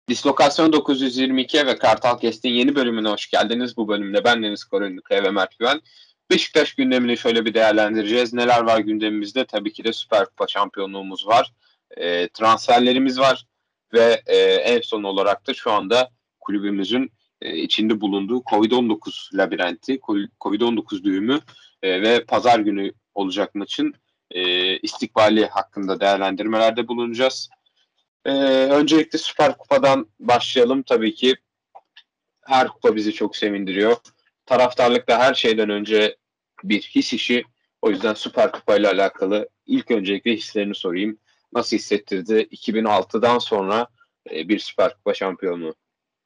Dislokasyon 922 ve Kartal Kest'in yeni bölümüne hoş geldiniz. Bu bölümde ben Deniz Korunlukaya ve Mert Güven. Beşiktaş gündemini şöyle bir değerlendireceğiz. Neler var gündemimizde? Tabii ki de Süper Kupa şampiyonluğumuz var. Transferlerimiz var. Ve en son olarak da şu anda kulübümüzün içinde bulunduğu Covid-19 labirenti, Covid-19 düğümü ve pazar günü olacak maçın istikbali hakkında değerlendirmelerde bulunacağız. Öncelikle Süper Kupa'dan başlayalım. Tabii ki her kupa bizi çok sevindiriyor. Taraftarlık da her şeyden önce bir his işi. O yüzden Süper Kupa ile alakalı ilk öncelikle hislerini sorayım. Nasıl hissettirdi 2006'dan sonra bir Süper Kupa şampiyonluğu?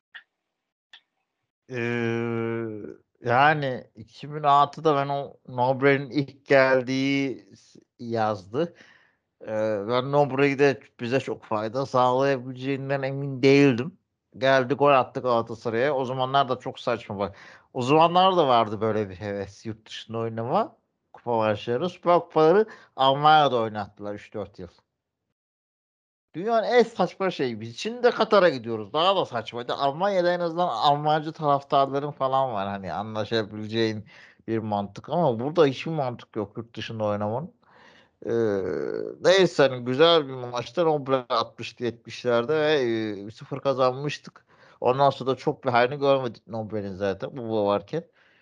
Yani 2006'da ben o Nobre'nin ilk geldiği yazdı. Ben Nobre'yi de bize çok fayda sağlayabileceğinden emin değildim. Geldi gol attık Galatasaray'a. O zamanlar da çok saçma bak. O zamanlar da vardı böyle bir heves yurt dışında oynama. Kupa maçları. Süper kupaları Almanya'da oynattılar 3-4 yıl. Dünyanın en saçma şeyi. Biz şimdi de Katar'a gidiyoruz. Daha da saçmaydı. Almanya'da en azından Almancı taraftarların falan var. Hani anlaşabileceğin bir mantık. Ama burada hiçbir mantık yok yurt dışında oynamanın. Ee, Neyse hani güzel bir maçta Nobre atmıştı 70'lerde ve 1-0 kazanmıştık. Ondan sonra da çok bir halini görmedik Nobre'nin zaten bu varken.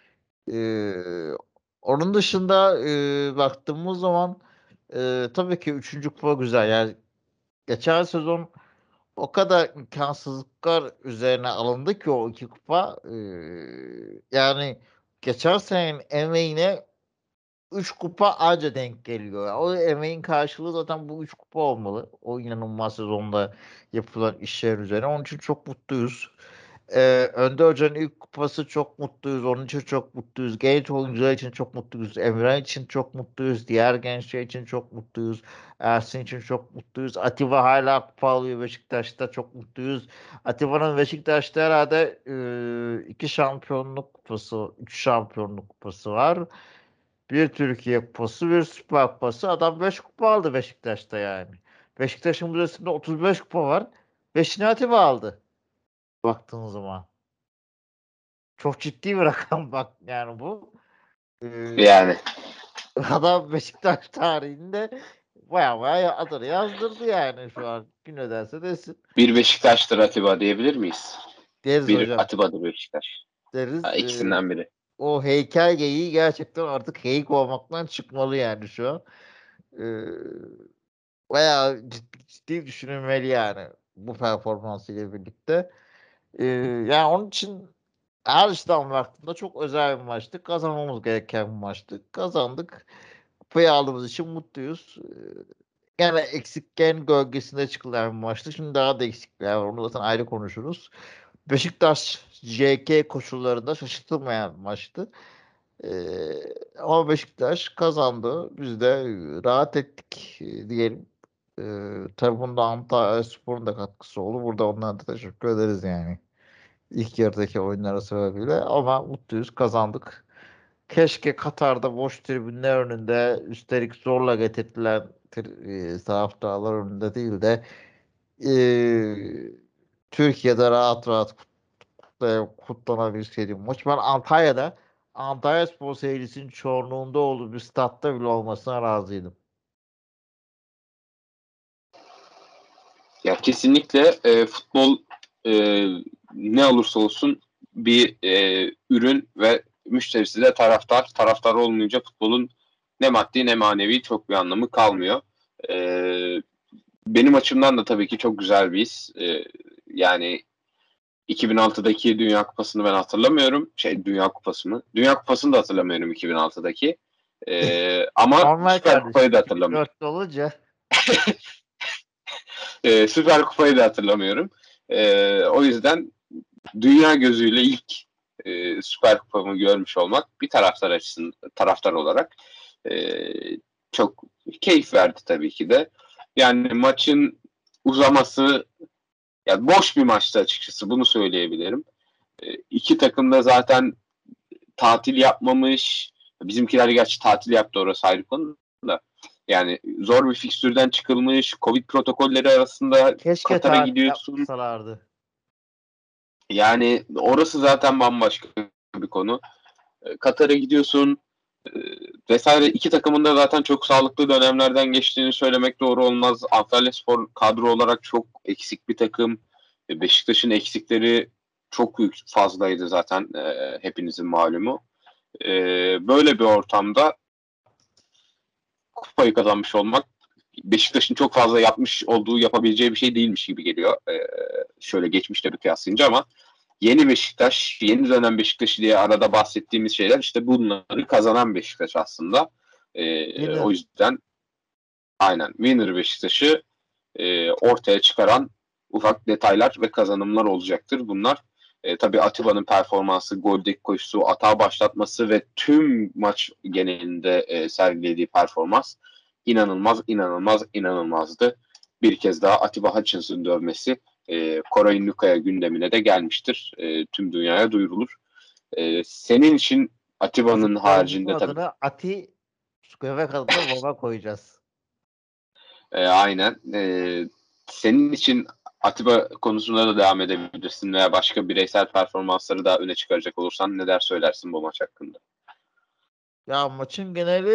Ee, Onun dışında baktığımız zaman tabii ki 3. kupa güzel. Yani geçen sezon o kadar imkansızlıklar üzerine alındı ki o 2 kupa. Yani geçen senenin emeğine 3 kupa anca denk geliyor. Yani o emeğin karşılığı zaten bu 3 kupa olmalı. O inanılmaz sezonda yapılan işler üzerine. Onun için çok mutluyuz. Önder Hoca'nın ilk kupası çok mutluyuz. Onun için çok mutluyuz. Genç oyuncular için çok mutluyuz. Emre için çok mutluyuz. Diğer gençler için çok mutluyuz. Ersin için çok mutluyuz. Atiba hala kupa alıyor Beşiktaş'ta. Çok mutluyuz. Atiba'nın Beşiktaş'ta herhalde 2 şampiyonluk kupası, 3 şampiyonluk kupası var. Bir Türkiye Kupası, bir Süper Kupası. Adam 5 kupa aldı Beşiktaş'ta yani. Beşiktaş'ın müzesinde 35 kupa var. 5'ini Atiba aldı. Baktığın zaman. Çok ciddi bir rakam bak yani bu. Ee, Yani Adam Beşiktaş tarihinde baya adını yazdırdı yani şu an. Gün öderse desin. bir Beşiktaş'tır Atiba diyebilir miyiz? Deriz Bir hocam. Atiba'dır Beşiktaş. Ha, Deriz. ikisinden biri. O heykel geyiği gerçekten artık heyik olmaktan çıkmalı yani şu an. Ee, Bayağı ciddi düşünülmeli yani bu performansıyla birlikte. Yani onun için her açıdan baktığımda çok özel bir maçtı. Kazanmamız gereken bir maçtı. Kazandık. Kupayı aldığımız için mutluyuz. Gene eksiklerin gölgesinde çıkılan bir maçtı. Şimdi daha da eksikler var. Onu zaten ayrı konuşuruz. Beşiktaş JK koşullarında şaşırtılmayan bir maçtı. Ama Beşiktaş kazandı. Biz de rahat ettik diyelim. Tabii bunda Antalyaspor'un da katkısı oldu. Burada onlara da teşekkür ederiz yani. İlk yarıdaki oyunlara sebebiyle. Ama mutluyuz, kazandık. Keşke Katar'da boş tribünler önünde üstelik zorla getirtilen taraftarlar önünde değil de Türkiye'de rahat rahat kutlanabilseydi maç. Ben Antalyaspor seyircisinin çoğunluğunda olduğu bir statta bile olmasına razıydım. Ya kesinlikle futbol e, ne olursa olsun bir ürün ve müşterisi de taraftar. Taraftar olmayınca futbolun ne maddi ne manevi çok bir anlamı kalmıyor. E, Benim açımdan da tabii ki çok güzel bir his. Yani 2006'daki Dünya Kupası'nı ben hatırlamıyorum. Dünya Kupası mı? Dünya Kupası'nı da hatırlamıyorum 2006'daki. Ama Normal Süper kardeşim. Kupayı da hatırlamıyorum. 2004'te olunca Süper Kupayı da hatırlamıyorum. O yüzden dünya gözüyle ilk Süper Kupamı görmüş olmak bir taraftar açısından, taraftar olarak e, çok keyif verdi tabii ki de. Yani maçın uzaması ya boş bir maçtı açıkçası, bunu söyleyebilirim. İki takım da zaten tatil yapmamış. Bizimkiler gerçi tatil yaptı, orası ayrı konu da. Yani zor bir fikstürden çıkılmış. Covid protokolleri arasında keşke Katar'a tatil gidiyorsun. yapsalardı. Yani orası zaten bambaşka bir konu. Katar'a gidiyorsun vesaire, iki takımın da zaten çok sağlıklı dönemlerden geçtiğini söylemek doğru olmaz. Antalyaspor kadro olarak çok eksik bir takım. Beşiktaş'ın eksikleri çok fazlaydı zaten, hepinizin malumu. E, Böyle bir ortamda kupayı kazanmış olmak Beşiktaş'ın çok fazla yapmış olduğu, yapabileceği bir şey değilmiş gibi geliyor. Şöyle geçmişte bir kıyaslayınca, ama yeni Beşiktaş, yeni dönem Beşiktaş'ı diye arada bahsettiğimiz şeyler işte bunları kazanan Beşiktaş aslında. O Winner. yüzden aynen Winner Beşiktaş'ı ortaya çıkaran ufak detaylar ve kazanımlar olacaktır bunlar. Tabii Atiba'nın performansı, goldeki koşusu, atağı başlatması ve tüm maç genelinde sergilediği performans inanılmaz, inanılmaz, inanılmazdı. Bir kez daha Atiba Hutchinson'ın dövmesi Koray Nukaya gündemine de gelmiştir. Tüm dünyaya duyurulur. Senin için Atiba'nın Çocuklarımızın haricinde tabii adını Ati, göbek adına baba koyacağız. aynen. Senin için Atiba konusunda da devam edebilirsin veya başka bireysel performansları da öne çıkaracak olursan neler söylersin bu maç hakkında? Ya maçın geneli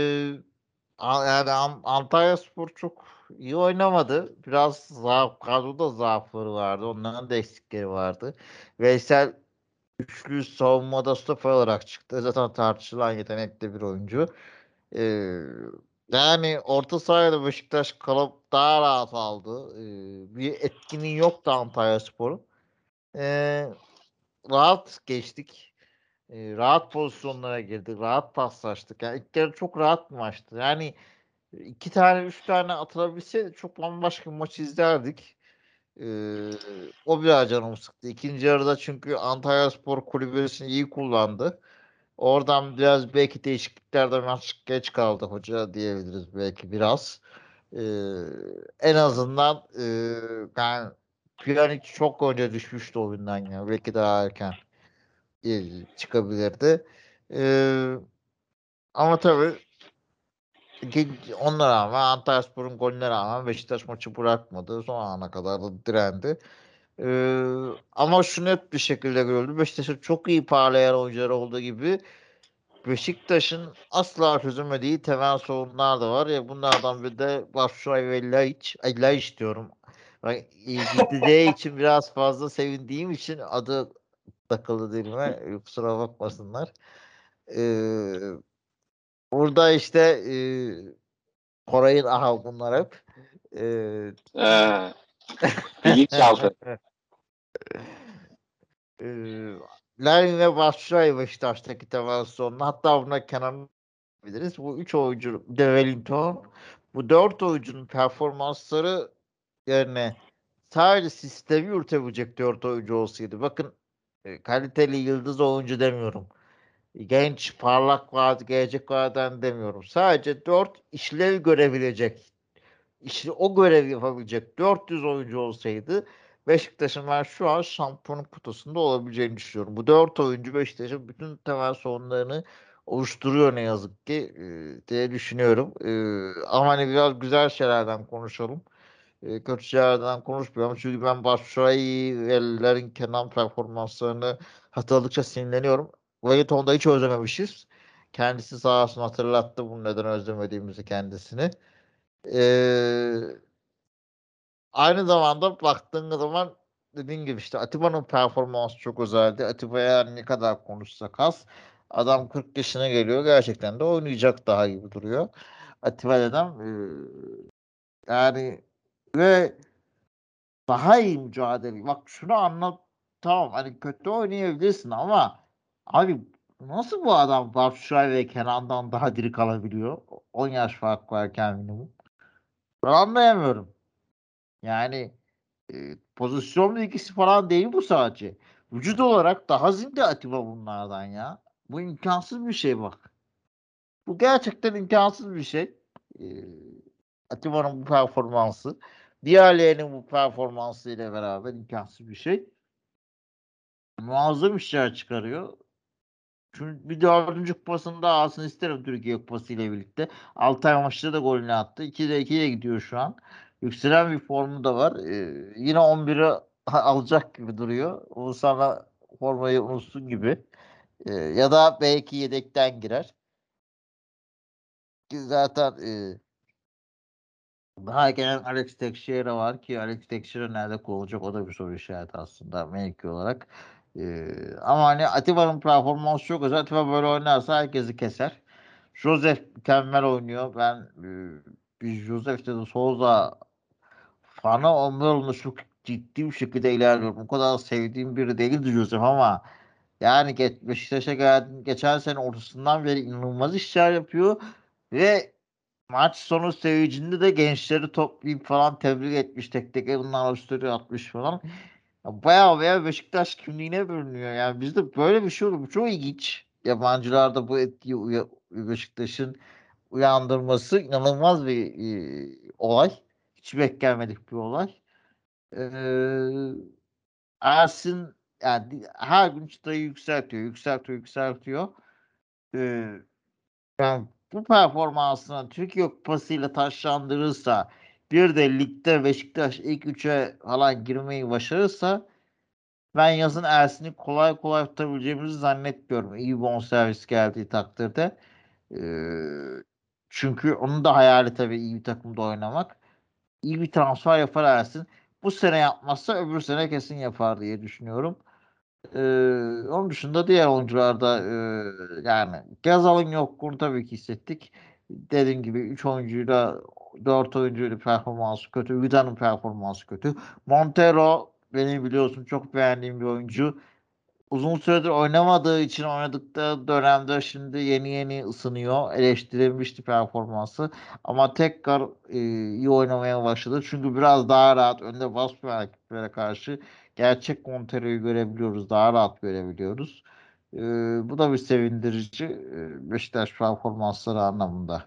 yani Antalyaspor çok iyi oynamadı. Biraz kadroda zaafları vardı. Onların da eksikleri vardı. Veysel üçlü savunmada stoper olarak çıktı. Zaten tartışılan yetenekli bir oyuncu. Ee, Yani orta sahada Beşiktaş kalıp daha rahat aldı. Bir etkinliği yoktu Antalyaspor'un. Ee, Rahat geçtik. Rahat pozisyonlara girdik. Rahat paslaştık. Yani ilk yarı çok rahat bir maçtı. Yani iki tane, üç tane atılabilseydi çok bambaşka bir maç izlerdik. Ee, O biraz canımı sıktı. İkinci yarıda çünkü Antalyaspor kulübesini iyi kullandı. Oradan biraz belki değişikliklerden maç geç kaldı hoca diyebiliriz belki biraz. Ee, En azından yani Pjanic çok önce düşmüştü oyundan ya. Belki daha erken çıkabilirdi. Ee, Ama tabii onlara rağmen Antalyaspor'un golüne rağmen Beşiktaş maçı bırakmadı. Son ana kadar da direndi. Ama şu net bir şekilde görüldü. Beşiktaş'ın çok iyi parlayan oyuncuları olduğu gibi Beşiktaş'ın asla çözemediği temel sorunlar da var. Ya bunlardan biri de Batshuayi ve Laiç. Ay, Laiç diyorum. Ben, gideceği için biraz fazla sevindiğim için adı takıldı dilime. Kusura bakmasınlar. Ee, Burada işte Koray'ın aha bunlar hep. Ee, Ee, Bilinçaltı. Eee Larin ve Batshuayi Beşiktaş'taki temel sorunu. Hatta buna Kenan biliriz. Bu üç oyuncu de Wellington. Bu dört oyuncunun performansları yerine sadece sistemi yürütebilecek dört oyuncu olsaydı. Bakın kaliteli yıldız oyuncu demiyorum. Genç, parlak vaat, gelecek vaden demiyorum. Sadece dört işlev görebilecek, işte o görevi yapabilecek 400 oyuncu olsaydı Beşiktaş'ın ben şu an şampiyonluk kutusunda olabileceğini düşünüyorum. Bu 4 oyuncu Beşiktaş'ın bütün temel sorunlarını oluşturuyor ne yazık ki diye düşünüyorum. Ama hani biraz güzel şeylerden konuşalım. Kötü şeylerden konuşmuyorum. Çünkü ben Batshuayi ve Larin Kenan performanslarını hatırladıkça sinirleniyorum. Wellington'u da hiç özlememişiz. Kendisi sağ olsun hatırlattı bunu neden özlemediğimizi kendisini. Ee, Aynı zamanda baktığın zaman dediğin gibi işte Atiba'nın performansı çok özeldi. Atiba'ya ne kadar konuşsak az. Adam 40 yaşına geliyor. Gerçekten de oynayacak daha gibi duruyor. Atiba dedem yani ve daha iyi mücadele. Bak şunu anlat. Tamam hani kötü oynayabilirsin ama abi nasıl bu adam Batshuayi ve Kenan'dan daha diri kalabiliyor? 10 yaş fark varken minimum. Ben anlayamıyorum. Yani pozisyon bilgisi falan değil bu sadece. Vücut olarak daha zinde Atiba bunlardan ya. Bu imkansız bir şey bak. Bu gerçekten imkansız bir şey. E, Atiba'nın bu performansı. Diğerlerinin bu performansı ile beraber imkansız bir şey. Muazzam işler çıkarıyor. Çünkü bir dördüncü kupasını da alsın isterim Türkiye Kupası ile birlikte. Altay maçta da golünü attı. 2'de 2'ye gidiyor şu an. Yükselen bir formu da var. Yine 11'e alacak gibi duruyor. O sana formayı unutsun gibi. Ya da belki yedekten girer. Ki zaten daha gelen Alex Teixeira var ki Alex Teixeira nerede kullanacak o da bir soru işareti aslında mevki olarak. Ama hani Atiba'nın performansı çok özel. Atiba böyle oynarsa herkesi keser. Joseph mükemmel oynuyor. Ben bir Joseph de Souza fanı olma çok ciddi bir şekilde ilerliyorum. O kadar sevdiğim biri değildi Joseph ama yani Beşiktaş'a geçen sene ortasından beri inanılmaz işler yapıyor ve maç sonu sevincinde de gençleri toplayıp falan tebrik etmiş, tek tek bunlar story atmış falan. Ya bayağı Beşiktaş kimliğine bürünüyor. Yani bizde böyle bir şey olur. Bu çok ilginç. Yabancılarda bu etkiyi Beşiktaş'ın uyandırması inanılmaz bir olay. Hiç beklenmedik bir olay. Ee, Ersin yani her gün çıtayı yükseltiyor. Ee, Yani bu performansını Türkiye Kupası'yla taşlandırırsa bir de ligde Beşiktaş ilk üçe falan girmeyi başarırsa ben yazın Ersin'i kolay kolay tutabileceğimizi zannetmiyorum. İyi bir bonservis geldiği takdirde. Çünkü onun da hayali tabii iyi bir takımda oynamak. İyi bir transfer yapar Ersin. Bu sene yapmazsa öbür sene kesin yapar diye düşünüyorum. Ee, Onun dışında diğer oyuncularda yani Gazal'ın yokluğunu tabii ki hissettik. Dediğim gibi 3 oyuncuyla 4 oyuncuyla performansı kötü. Vida'nın performansı kötü. Montero beni biliyorsun çok beğendiğim bir oyuncu. Uzun süredir oynamadığı için oynadıkları dönemde şimdi yeni ısınıyor. Eleştirilmişti performansı. Ama tekrar iyi oynamaya başladı. Çünkü biraz daha rahat önde basmayan rakiplere karşı gerçek Montero'yu görebiliyoruz. Daha rahat görebiliyoruz. E, Bu da bir sevindirici Beşiktaş performansları anlamında.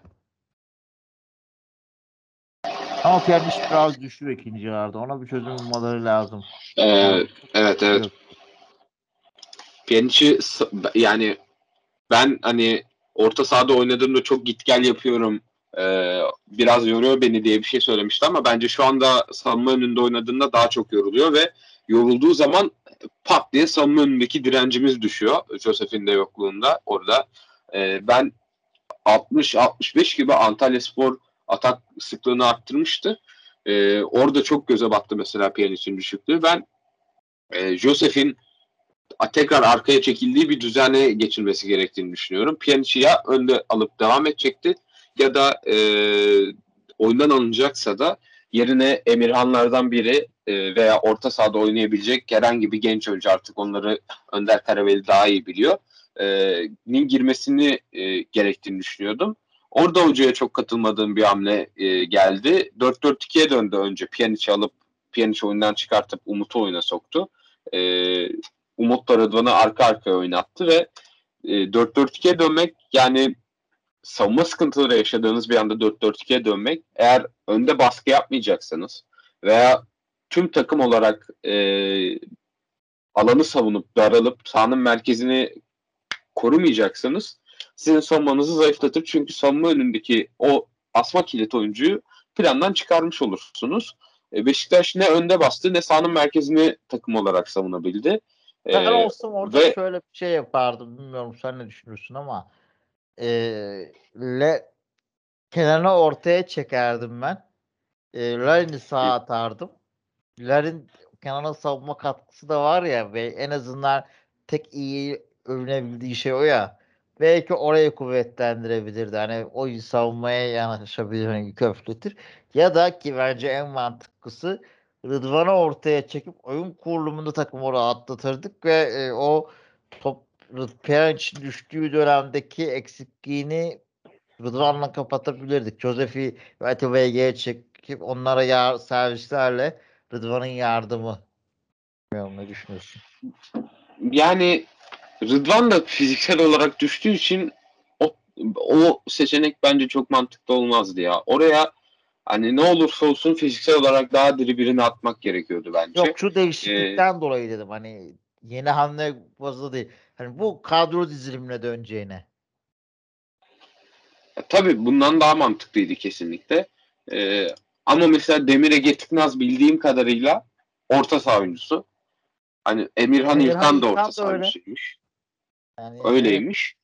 Ama Pjanic biraz düşüyor ikinci yarıda. Ona bir çözüm bulmaları lazım. Ee, Yani evet, evet. Pjanic'i yani ben hani orta sahada oynadığımda çok git gel yapıyorum. Biraz yoruyor beni diye bir şey söylemişti ama bence şu anda savunma önünde oynadığında daha çok yoruluyor ve yorulduğu zaman pat diye savunma önündeki direncimiz düşüyor. Joseph'in de yokluğunda orada. Ben 60-65 gibi Antalyaspor atak sıklığını arttırmıştı. Orada çok göze battı mesela Pjanic'in düşüklüğü. Ben Joseph'in tekrar arkaya çekildiği bir düzene geçilmesi gerektiğini düşünüyorum. Pjanic'i ya önde alıp devam edecekti ya da oyundan alınacaksa da yerine Emirhanlardan biri veya orta sahada oynayabilecek herhangi bir genç oyuncu, artık onları Önder Karaveli daha iyi biliyor. Nin girmesini gerektiğini düşünüyordum. Orada hocaya çok katılmadığım bir hamle geldi. 4-4-2'ye döndü önce. Pjanic'i alıp Pjanic oyundan çıkartıp Umut'u oyuna soktu. E, Umut'la Rıdvan'ı arka arkaya oynattı ve 4-4-2'ye dönmek, yani savunma sıkıntıları yaşadığınız bir anda 4-4-2'ye dönmek, eğer önde baskı yapmayacaksanız veya tüm takım olarak alanı savunup daralıp sahanın merkezini korumayacaksanız sizin savunmanızı zayıflatır. Çünkü savunma önündeki o asma kilit oyuncuyu plandan çıkarmış olursunuz. Beşiktaş ne önde bastı ne sahanın merkezini takım olarak savunabildi. Ben olsam orada Ve şöyle bir şey yapardım. Bilmiyorum sen ne düşünürsün ama e, Kenan'ı ortaya çekerdim ben. Larin'i sağa atardım. Larin Kenan'a savunma katkısı da var ya ve en azından tek iyi övünebildiği şey o ya. Belki orayı kuvvetlendirebilirdi. Hani o savunmaya yanaşabilir, hani yük hafifletir. Ya da ki bence en mantıklısı Rıdvan'ı ortaya çekip oyun kurulumunda takımı rahatlatırdık ve o top Pjanic'in düştüğü dönemdeki eksikliğini Rıdvan'la kapatabilirdik. Josef'i ve Atiba'yı çekip onlara servislerle Rıdvan'ın yardımı. Bilmiyorum ne düşünüyorsun? yani Rıdvan da fiziksel olarak düştüğü için o seçenek bence çok mantıklı olmazdı ya. Oraya hani ne olursa olsun fiziksel olarak daha diri birini atmak gerekiyordu bence. Yok şu Ee, değişiklikten dolayı dedim hani yeni hamle bazı değil. Hani bu kadro dizilimine döneceğine. tabii bundan daha mantıklıydı kesinlikle. Ama mesela Demir Ege Tıknaz bildiğim kadarıyla orta saha oyuncusu. Hani Emirhan Emirhan İlkan da İlkan orta da saha öyle. oyuncusuymuş. Yani evet. Öyleymiş.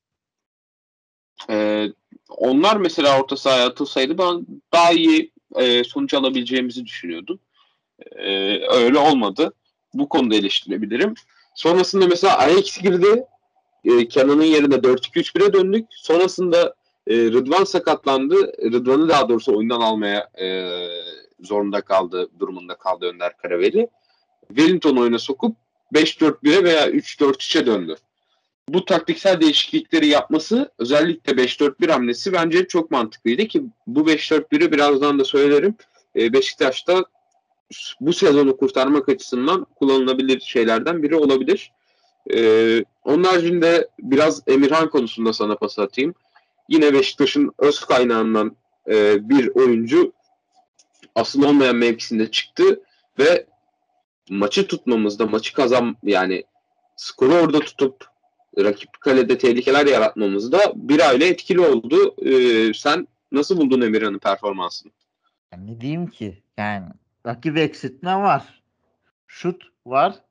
Onlar mesela orta sahaya atılsaydı ben daha iyi sonuç alabileceğimizi düşünüyordum. Öyle olmadı. Bu konuda eleştirebilirim. Sonrasında mesela Ajax girdi. Kenan'ın yerine 4-2-3-1'e döndük. Sonrasında Rıdvan sakatlandı. Rıdvan'ı daha doğrusu oyundan almaya zorunda kaldı, durumunda kaldı Önder Karaveli. Wellington'u oyuna sokup 5-4-1'e veya 3-4-3'e döndü. Bu taktiksel değişiklikleri yapması, özellikle 5-4-1 hamlesi bence çok mantıklıydı ki bu 5-4-1'i birazdan da söylerim. Beşiktaş'ta bu sezonu kurtarmak açısından kullanılabilir şeylerden biri olabilir. Onun haricinde biraz Emirhan konusunda sana pas atayım. Yine Beşiktaş'ın öz kaynağından bir oyuncu asıl olmayan mevkisinde çıktı ve maçı tutmamızda, maçı yani skoru orada tutup rakip kalede tehlikeler yaratmamızda bir aile etkili oldu. Sen nasıl buldun Emirhan'ın performansını? Yani ne diyeyim ki? Yani rakip eksiltme var. Şut var.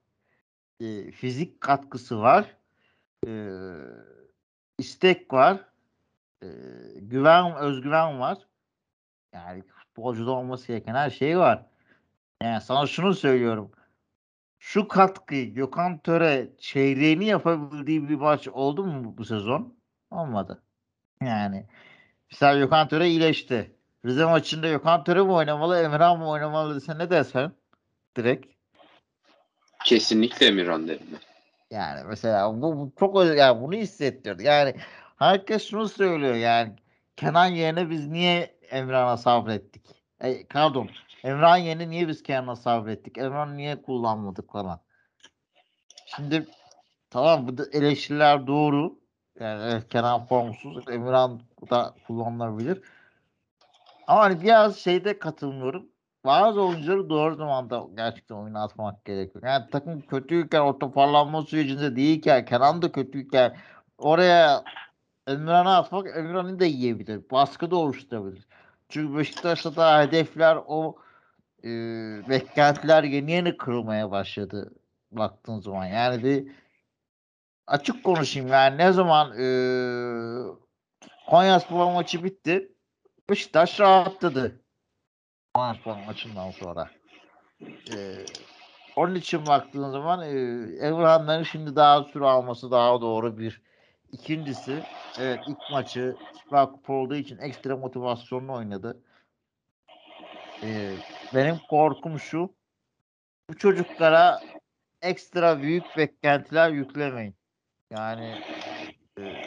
Fizik katkısı var. E, istek var. E, özgüven var. Yani futbolcuda olması gereken her şey var. Yani sana şunu söylüyorum. Şu katkıyı Gökhan Töre çeyreğini yapabildiği bir maç oldu mu bu sezon? Olmadı. Yani mesela Gökhan Töre iyileşti. Rize maçında Gökhan Töre mi oynamalı, Emirhan mı oynamalı dese ne dersen direkt. Kesinlikle Emirhan derim ben. Yani mesela bu çok yani bunu hissettiriyor. Yani herkes şunu söylüyor yani Kenan yerine biz niye Emrah'a sabrettik? Pardon. Emrah'ın yerine niye biz Kenan'a sabrettik? Emrah'ı niye kullanmadık falan. Şimdi tamam bu da eleştiriler doğru. Yani evet, Kenan formsuz. Emirhan da kullanılabilir. Ama hani biraz şeyde katılmıyorum. Bazı oyuncuları doğru zamanda gerçekten oyuna atmak gerekiyor. Yani takım kötüyken, o toparlanma sürecinde değilken, Kenan da kötüyken oraya Emirhan'ı atmak Emirhan'ı da yiyebilir. Baskı da oluşturabilir. Çünkü Beşiktaş'ta da hedefler e, beklentiler yeni yeni kırılmaya başladı baktığın zaman. Yani bir açık konuşayım yani ne zaman Konyaspor maçı bitti. Beşiktaş rahatladı. Konyaspor maçından sonra. Ee, onun için baktığın zaman Evranların şimdi daha süre alması daha doğru bir. İkincisi evet ilk maçı Süper Kupa olduğu için ekstra motivasyonla oynadı. Benim korkum şu bu çocuklara ekstra büyük beklentiler yüklemeyin. Yani e,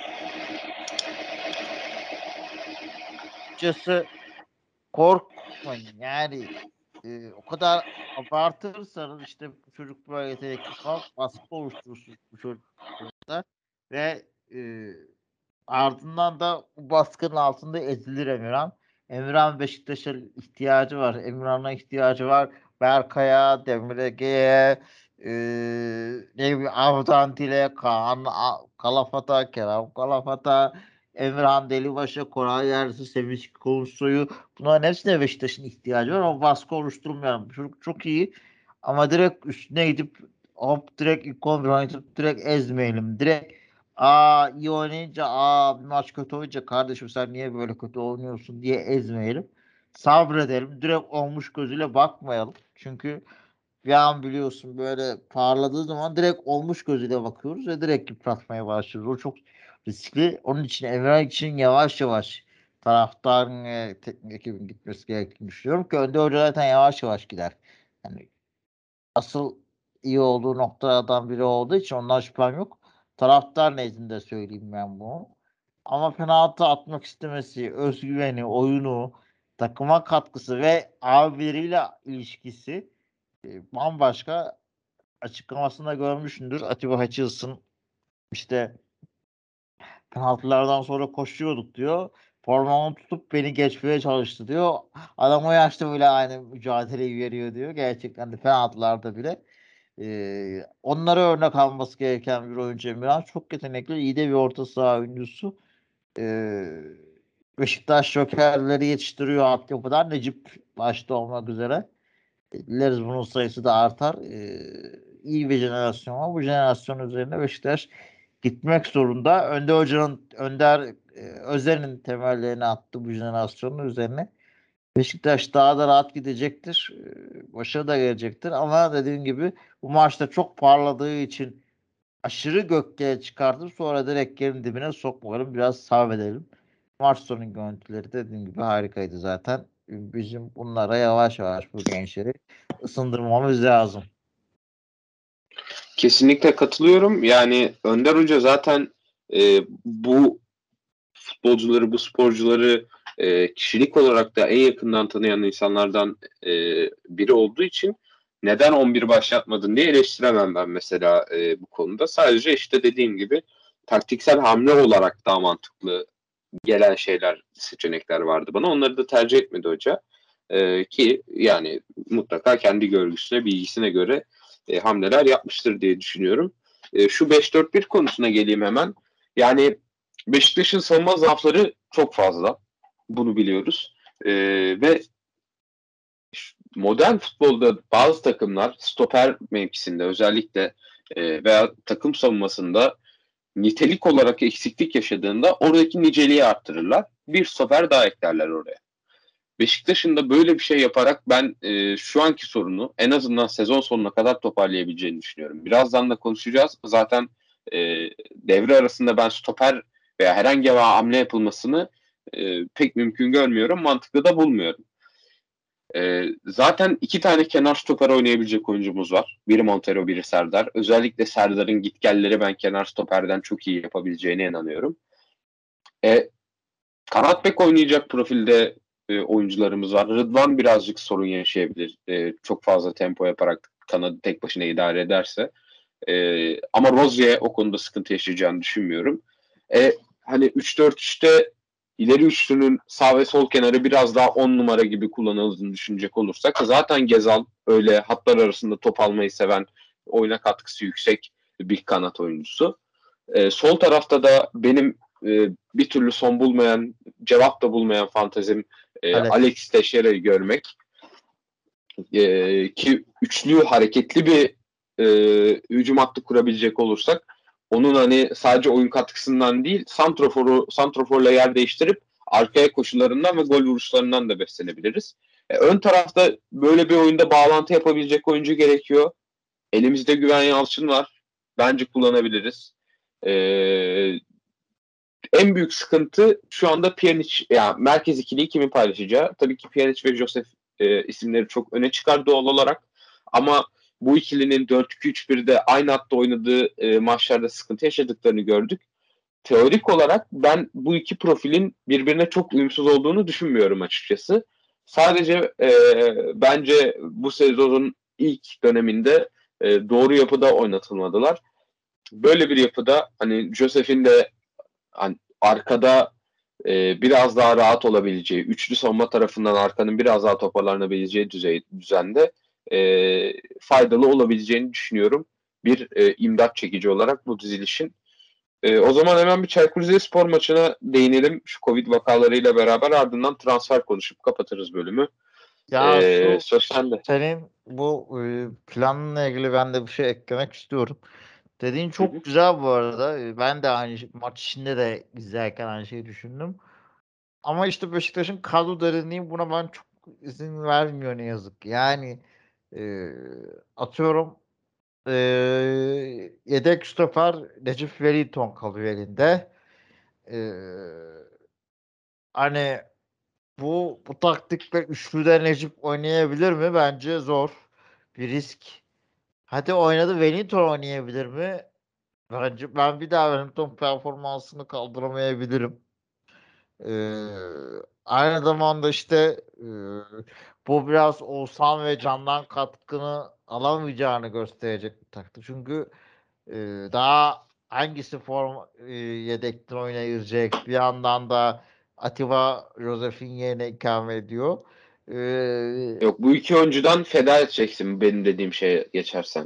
açıkçası korkmayın. Yani o kadar abartırsanız işte bu çocuk böyle yetenekli falan baskı oluşturursunuz bu çocukta ve e, ardından da bu baskının altında ezilir Emirhan. Emirhan Beşiktaş'a ihtiyacı var. Emirhan'a ihtiyacı var. Berkay'a, Demir Ege'ye, ne bileyim Avdan Dil'e, Kalafat'a, Kerem Kalafat'a, Emirhan Delibaş'a, Koray Yersi, Semih Kılıçsoy'u bunların hepsine Beşiktaş'ın ihtiyacı var ama baskı oluşturmayalım. Çocuk çok iyi ama direkt üstüne gidip hop direkt ilk 11 oynatıp direkt ezmeyelim. Direkt iyi oynayınca bir maç kötü oynayınca kardeşim sen niye böyle kötü oynuyorsun diye ezmeyelim. Sabredelim. Direkt olmuş gözüyle bakmayalım. Çünkü bir an biliyorsun böyle parladığı zaman direkt olmuş gözüyle bakıyoruz ve direkt yıpratmaya başlıyoruz. O çok riskli. Onun için Emre için yavaş yavaş taraftarın teknik ekibin gitmesi gerektiğini düşünüyorum ki Önde Hoca zaten yavaş yavaş gider. Yani asıl iyi olduğu noktalardan biri olduğu için ondan şüphem yok. Taraftar nezdinde söyleyeyim ben bunu. Ama penaltı atmak istemesi, özgüveni, oyunu, takıma katkısı ve abileriyle ilişkisi bambaşka. Açıklamasında görmüşsündür. Atiba Hutchinson işte penaltılardan sonra koşuyorduk diyor. Formamı tutup beni geçmeye çalıştı diyor. Adam o yaşta bile aynı mücadeleyi veriyor diyor. Gerçekten de penaltılarda bile. Onlara örnek alması gereken bir oyuncu Emirhan. Çok yetenekli, iyi de bir orta saha oyuncusu. Ee, Beşiktaş jokerleri yetiştiriyor altyapıdan. Necip başta olmak üzere. Dileriz bunun sayısı da artar. İyi bir jenerasyon var. Bu jenerasyon üzerine Beşiktaş gitmek zorunda. Önder Özer'in temellerini attı bu jenerasyonun üzerine. Beşiktaş daha da rahat gidecektir. Başarı da gelecektir. Ama dediğim gibi bu maçta çok parladığı için aşırı göklere çıkartıp sonra direkt yerin dibine sokmayalım. Biraz sabredelim. Maç sonu görüntüleri dediğim gibi harikaydı zaten. Bizim bunlara yavaş yavaş bu gençleri ısındırmamız lazım. Kesinlikle katılıyorum. Yani Önder Hoca zaten bu futbolcuları, bu sporcuları kişilik olarak da en yakından tanıyan insanlardan biri olduğu için neden 11 başlatmadın diye eleştiremem ben mesela bu konuda. Sadece işte dediğim gibi taktiksel hamle olarak daha mantıklı gelen şeyler, seçenekler vardı bana. Onları da tercih etmedi hoca. Ki yani mutlaka kendi görgüsüne, bilgisine göre hamleler yapmıştır diye düşünüyorum. Şu 5-4-1 konusuna geleyim hemen. Yani Beşiktaş'ın savunma zaafları çok fazla. Bunu biliyoruz. Ve modern futbolda bazı takımlar stoper mevkisinde özellikle veya takım savunmasında nitelik olarak eksiklik yaşadığında oradaki niceliği arttırırlar. Bir stoper daha eklerler oraya. Beşiktaş'ın da böyle bir şey yaparak ben şu anki sorunu en azından sezon sonuna kadar toparlayabileceğini düşünüyorum. Birazdan da konuşacağız. Zaten devre arasında ben stoper veya herhangi bir hamle yapılmasını pek mümkün görmüyorum. Mantıklı da bulmuyorum. Zaten iki tane kenar stoper oynayabilecek oyuncumuz var. Biri Montero, biri Serdar. Özellikle Serdar'ın gitgelleri ben kenar stoperden çok iyi yapabileceğine inanıyorum. Kanat bek oynayacak profilde oyuncularımız var. Rıdvan birazcık sorun yaşayabilir. Çok fazla tempo yaparak kanadı tek başına idare ederse. Ama Rozier o konuda sıkıntı yaşayacağını düşünmüyorum. Hani 3-4-3'te ileri üçlünün sağ ve sol kenarı biraz daha 10 numara gibi kullanıldığını düşünecek olursak zaten Gezal öyle hatlar arasında top almayı seven, oyuna katkısı yüksek bir kanat oyuncusu. Sol tarafta da benim bir türlü son bulmayan, cevap da bulmayan fantezim Alex. Alex Teixeira'yı görmek. Ki üçlü hareketli bir hücum hattı kurabilecek olursak onun hani sadece oyun katkısından değil santroforla yer değiştirip arkaya koşularından ve gol vuruşlarından da beslenebiliriz. Ön tarafta böyle bir oyunda bağlantı yapabilecek oyuncu gerekiyor. Elimizde Güven Yalçın var. Bence kullanabiliriz. En büyük sıkıntı şu anda Pjanic, yani merkez ikiliyi kimin paylaşacağı. Tabii ki Pjanic ve Josef isimleri çok öne çıkar doğal olarak. Ama bu ikilinin 4-2-3-1'de aynı hatta oynadığı maçlarda sıkıntı yaşadıklarını gördük. Teorik olarak ben bu iki profilin birbirine çok uyumsuz olduğunu düşünmüyorum açıkçası. Sadece bence bu sezonun ilk döneminde doğru yapıda oynatılmadılar. Böyle bir yapıda hani Josef'in de hani arkada biraz daha rahat olabileceği, üçlü savunma tarafından arkanın biraz daha toparlanabileceği düzende faydalı olabileceğini düşünüyorum. Bir imdat çekici olarak bu dizilişin. O zaman hemen bir Çaykur Rizespor maçına değinelim. Şu Covid vakalarıyla beraber ardından transfer konuşup kapatırız bölümü. Ya şu Söz sende. senin bu planla ilgili ben de bir şey eklemek istiyorum. Dediğin Hı hı. çok güzel bu arada. Ben de maç içinde de izlerken aynı şeyi düşündüm. Ama işte Beşiktaş'ın kadro derinliği buna ben çok izin vermiyor ne yazık ki. Yani e, atıyorum e, yedek stoper Necip Wellington kalıyor elinde. E, hani bu taktikle üçlüde Necip oynayabilir mi? Bence zor. Bir risk. Hadi oynadı Wellington oynayabilir mi? Bence ben bir daha Wellington performansını kaldıramayabilirim. Aynı zamanda işte bu biraz Oğuzhan ve Can'dan katkını alamayacağını gösterecek bir taktik. Çünkü daha hangisi yedekten oynayacak bir yandan da Atiba Josef'in yerine ikame ediyor. Yok, bu iki oyuncudan feda edeceksin benim dediğim şeye geçersen.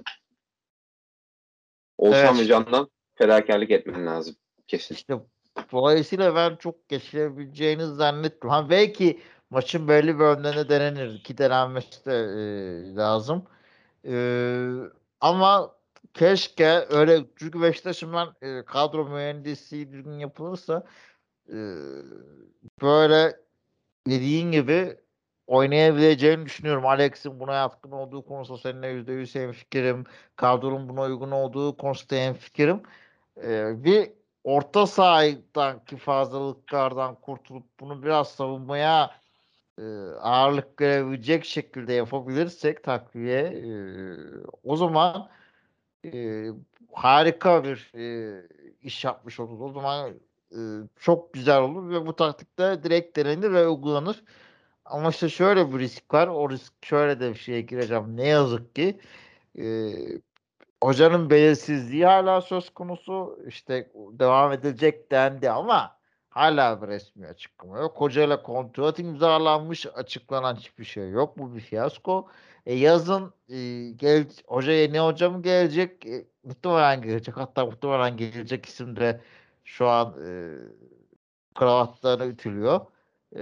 Evet Oğuzhan ve işte Can'dan fedakarlık etmen lazım. Kesin. İşte dolayısıyla ben çok geçilebileceğini zannetmiyorum. Ha, belki maçın belli bölümlerinde denenir. İki denenmesi de lazım. Ee, ama keşke öyle, çünkü Beşiktaş'ın ben kadro mühendisliği düzgün yapılırsa e, böyle dediğin gibi oynayabileceğini düşünüyorum. Alex'in buna yatkın olduğu konusunda seninle %100 hemfikirim. Kadronun buna uygun olduğu konusunda hemfikirim. Bir orta sahadaki fazlalıklardan kurtulup bunu biraz savunmaya e, ağırlık verebilecek şekilde yapabilirsek takviye, o zaman e, harika bir iş yapmış oluruz. O zaman e, çok güzel olur ve bu taktikte direkt denenir ve uygulanır. Ama işte şöyle bir risk var. O risk, şöyle de bir şeye gireceğim. Ne yazık ki e, hocanın belirsizliği hala söz konusu. İşte devam edilecek dendi ama hala bir resmi açıklama yok. Hocayla kontrat imzalanmış, açıklanan hiçbir şey yok. Bu bir fiyasko. Yazın hoca, yeni hoca mı gelecek? Muhtemelen gelecek. Hatta muhtemelen gelecek isim de şu an kravatlarına ütülüyor. E,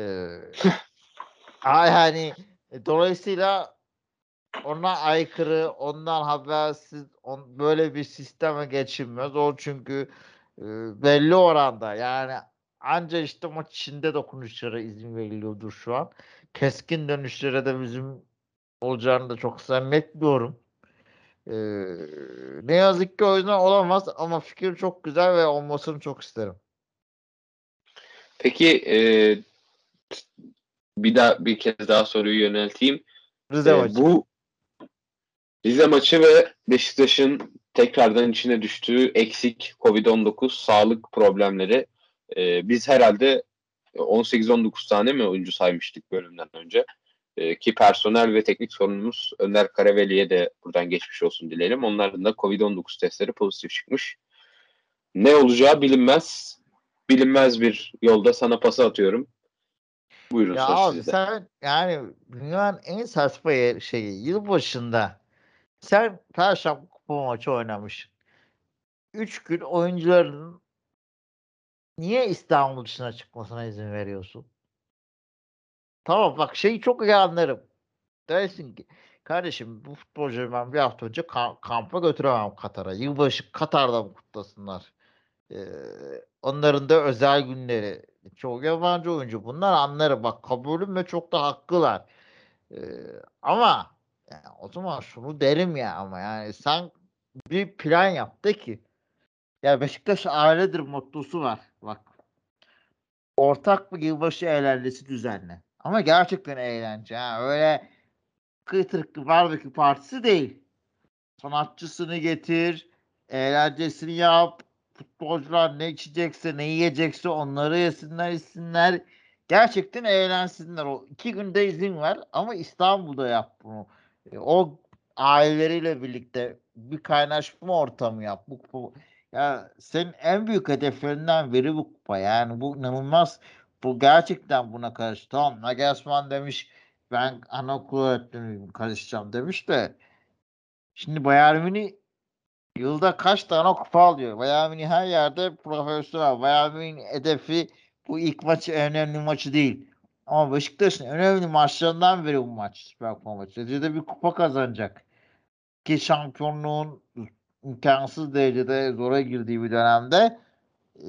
yani dolayısıyla ona aykırı, ondan habersiz böyle bir sisteme geçilmez. O çünkü belli oranda, yani anca işte maç içinde dokunuşlara izin veriliyordur şu an. Keskin dönüşlere de bizim olacağını da çok zannetmiyorum. E, ne yazık ki o yüzden olamaz ama fikir çok güzel ve olmasını çok isterim. Peki bir kez daha soruyu yönelteyim. Rize maçı. Bu Rize maçı ve Beşiktaş'ın tekrardan içine düştüğü eksik Covid-19 sağlık problemleri. Biz herhalde 18-19 tane mi oyuncu saymıştık bölümden önce? Ki personel ve teknik sorumlumuz Önder Karaveli'ye de buradan geçmiş olsun dileyelim. Onların da Covid-19 testleri pozitif çıkmış. Ne olacağı bilinmez. Bilinmez bir yolda sana pası atıyorum. Buyurun, Ya söz abi sizde. sen, yani dünyanın en saçma şeyi, yılbaşında sen Perşembe Kupa maçı oynamışsın. 3 gün oyuncuların niye İstanbul dışına çıkmasına izin veriyorsun? Tamam bak, şeyi çok iyi anlarım. Dersin ki kardeşim, bu futbolcuyu ben bir hafta önce kampa götüremem Katar'a. Yılbaşı Katar'da mı kutlasınlar? Ee, onların da özel günleri. Çok yabancı oyuncu. Bunlar, anlarım. Bak, kabulüm ve çok da haklılar. Ee, ama yani o zaman şunu derim ya, ama yani sen bir plan yap de ki, ya Beşiktaş ailedir mottosu var. Bak, ortak bir yılbaşı eğlencesi düzenle. Ama gerçekten eğlence. Ha. Öyle kıytırıklı barbekü partisi değil. Sanatçısını getir, eğlencesini yap. Futbolcular ne içecekse, ne yiyecekse onları yesinler, içsinler. Gerçekten eğlensinler. O 2 günde izin ver ama İstanbul'da yap bunu. O aileleriyle birlikte bir kaynaşma ortamı yap. Ya senin en büyük hedeflerinden biri bu kupa. Yani bu inanılmaz. Bu gerçekten buna karşı. Tamam, Nagelsmann demiş ben anaokulu öğretmeniyim, karışacağım demiş de, şimdi Bayern Münih yılda kaç tane kupa alıyor? Bayern Münih her yerde profesyonel. Bayern Münih'in hedefi bu ilk maçı, en önemli maçı değil. Ama Beşiktaş'ın en önemli maçlarından biri bu maç. Süper Kupa maçı. Neticede bir kupa kazanacak. Ki şampiyonluğun imkansız derecede zora girdiği bir dönemde e,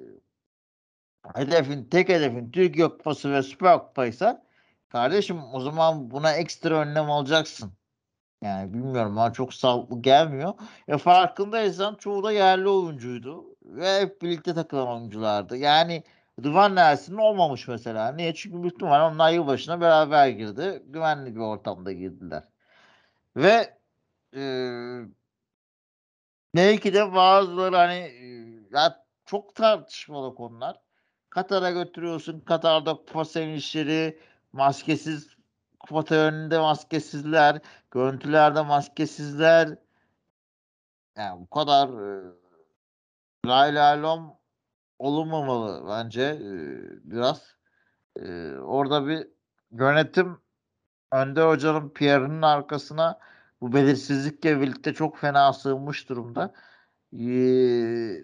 tek hedefin Türkiye Kupası ve Süper Kupaysa, kardeşim o zaman buna ekstra önlem alacaksın. Yani bilmiyorum, bana çok sağlıklı gelmiyor. Farkındaysan çoğu da yerli oyuncuydu. Ve hep birlikte takılan oyunculardı. Yani Rıdvan Nelson olmamış mesela. Niye? Çünkü büyük ihtimalle onlar yılbaşına beraber girdi. Güvenli bir ortamda girdiler. Ve e, belki de bazıları hani ya çok tartışmalı konular. Katar'a götürüyorsun. Katar'da kupa sevinçleri, maskesiz, kupa töreninde maskesizler, görüntülerde maskesizler. Yani bu kadar lay lay lom olunmamalı bence, biraz. Orada bir yönetim Önder Hoca'nın PR'ının arkasına bu belirsizlikle birlikte çok fena sığınmış durumda.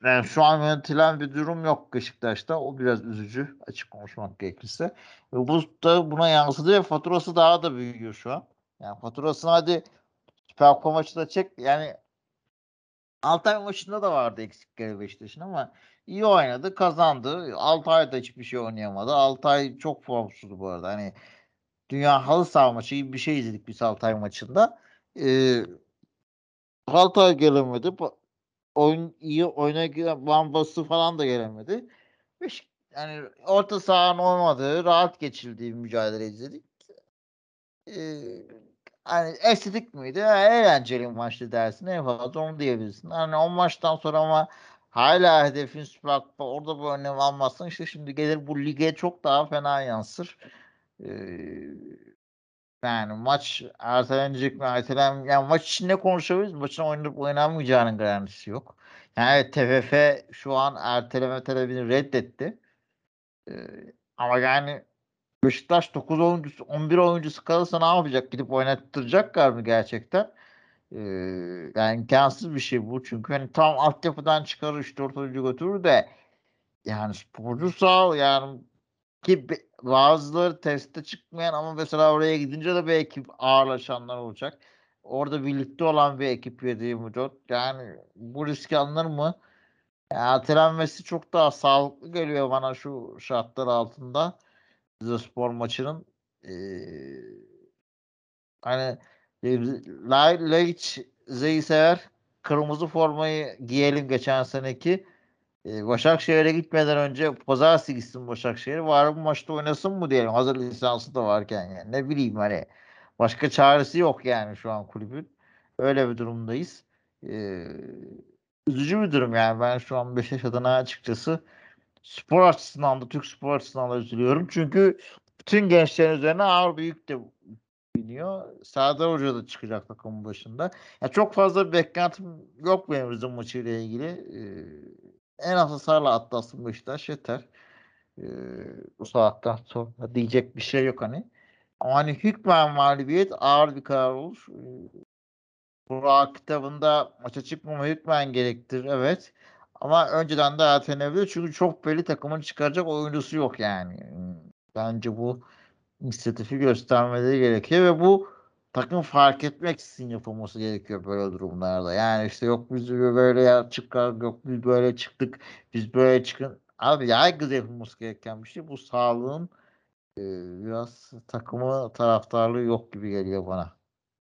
Yani şu an yönetilen bir durum yok Beşiktaş'ta. O biraz üzücü açık konuşmak gerekirse. Ve bu da buna yansıdı ve faturası daha da büyüyor şu an. Yani faturasını hadi Süper Kupa maçı da çek. Yani Altay maçında da vardı eksikleri Beşiktaş'ın ama iyi oynadı, kazandı. Altay da hiçbir şey oynayamadı. Altay çok formsuz bu arada. Hani Dünya Halı Saha maçı gibi bir şey izledik biz Altay maçında. Ee, Altay gelemedi. Oyun iyi oyuna giren Bambası falan da gelemedi. Yani orta sahanın olmadığı, rahat geçildiği bir mücadele izledik. Ee, Hani estetik miydi? Eğlenceli bir maçtı dersin. En fazla onu diyebilirsin. Hani o maçtan sonra ama hala hedefin Süper Kupa orada bu önlem almazsan işte şimdi gelir bu lige çok daha fena yansır. Ee, Yani maç ertelenecek mi yani maç içinde konuşabiliriz. Maçın oynanıp oynanmayacağının garantisi yok. Yani evet, TFF şu an erteleme talebini reddetti. Ee, Ama yani Beşiktaş 9 oyuncusu 11 oyuncusu kalırsa ne yapacak? Gidip oynattıracaklar mı gerçekten? Ee, Yani imkansız bir şey bu. Çünkü hani tam altyapıdan çıkarır 3-4 oyuncu götürür de yani sporcu sağ yani ki bazıları testte çıkmayan ama mesela oraya gidince de bir ekip ağırlaşanlar olacak. Orada birlikte olan bir ekip 7-24. Yani bu riski alınır mı? Ertelenmesi çok daha sağlıklı geliyor bana şu şartlar altında. Spor maçının hani Laiç Z'yi sever. Kırmızı formayı giyelim geçen seneki. Başakşehir'e gitmeden önce pazartesi gitsin Başakşehir. Var bu maçta oynasın mı diyelim. Hazır lisansı da varken yani. Ne bileyim hani. Başka çaresi yok yani şu an kulübün. Öyle bir durumdayız. Ee, Üzücü bir durum yani. Ben şu an Beşiktaş adına açıkçası spor açısından da Türk spor açısından da üzülüyorum. Çünkü bütün gençlerin üzerine ağır bir yük de biniyor. Serdar Hoca da çıkacak takımın başında. Ya çok fazla bir beklentim yok benim Rize maçıyla ilgili. En az hasarla atlasın Beşiktaş yeter. Ee, Bu saatten sonra diyecek bir şey yok hani. Ama hani hükmen mağlubiyet ağır bir karar olur. Burak kitabında maça çıkmama hükmen gerektir evet. Ama önceden de ertelenebilir çünkü çok belli takımın çıkaracak oyuncusu yok yani. Bence bu inisiyatifi göstermeleri gerekiyor ve bu takım fark etmeksizin yapılması gerekiyor böyle durumlarda. Yani işte yok biz böyle ya çıkar yok biz böyle çıktık biz böyle çıkın. Abi herkes yapılması gereken bir şey. Bu sağlığın e, biraz takımı taraftarlığı yok gibi geliyor bana.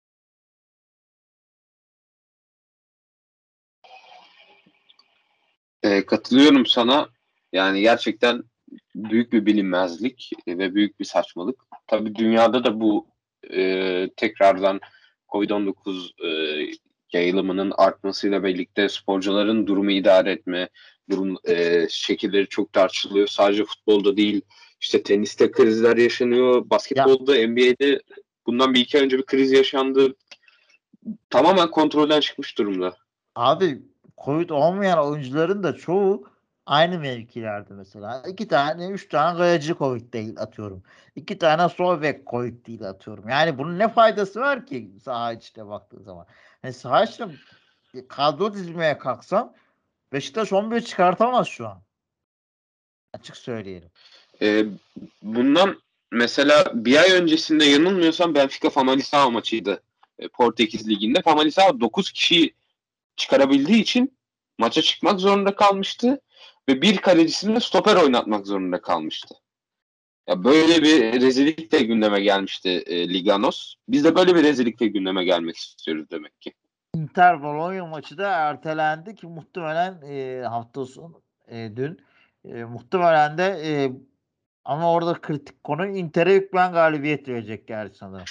Katılıyorum sana. Yani gerçekten büyük bir bilinmezlik ve büyük bir saçmalık. Tabii dünyada da bu tekrardan Covid-19 yayılımının artmasıyla birlikte sporcuların durumu idare etme şekilleri çok tartışılıyor. Sadece futbolda değil, işte teniste krizler yaşanıyor, Ya basketbolda, NBA'de bundan bir iki ay önce bir kriz yaşandı. Tamamen kontrolden çıkmış durumda. abi Covid olmayan oyuncuların da çoğu aynı mevkilerde mesela. İki tane, üç tane kaleci Covid değil atıyorum. İki tane sol bek Covid değil atıyorum. Yani bunun ne faydası var ki saha içinde baktığın zaman? Yani saha içinde kadro dizmeye kalksam Beşiktaş 11 çıkartamaz şu an. Açık söyleyelim. Ee, Bundan mesela bir ay öncesinde yanılmıyorsam Benfica Famalicão maçıydı. Portekiz Ligi'nde. Famalicão 9 kişi çıkarabildiği için maça çıkmak zorunda kalmıştı ve bir kalecisini stoper oynatmak zorunda kalmıştı. Ya böyle bir rezillik de gündeme gelmişti Liganos. Biz de böyle bir rezillikle gündeme gelmek istiyoruz demek ki. Inter Bologna maçı da ertelendi ki muhtemelen hafta sonu dün muhtemelen de ama orada kritik konu Inter'e hükmen galibiyet verecek gerçi sanırım.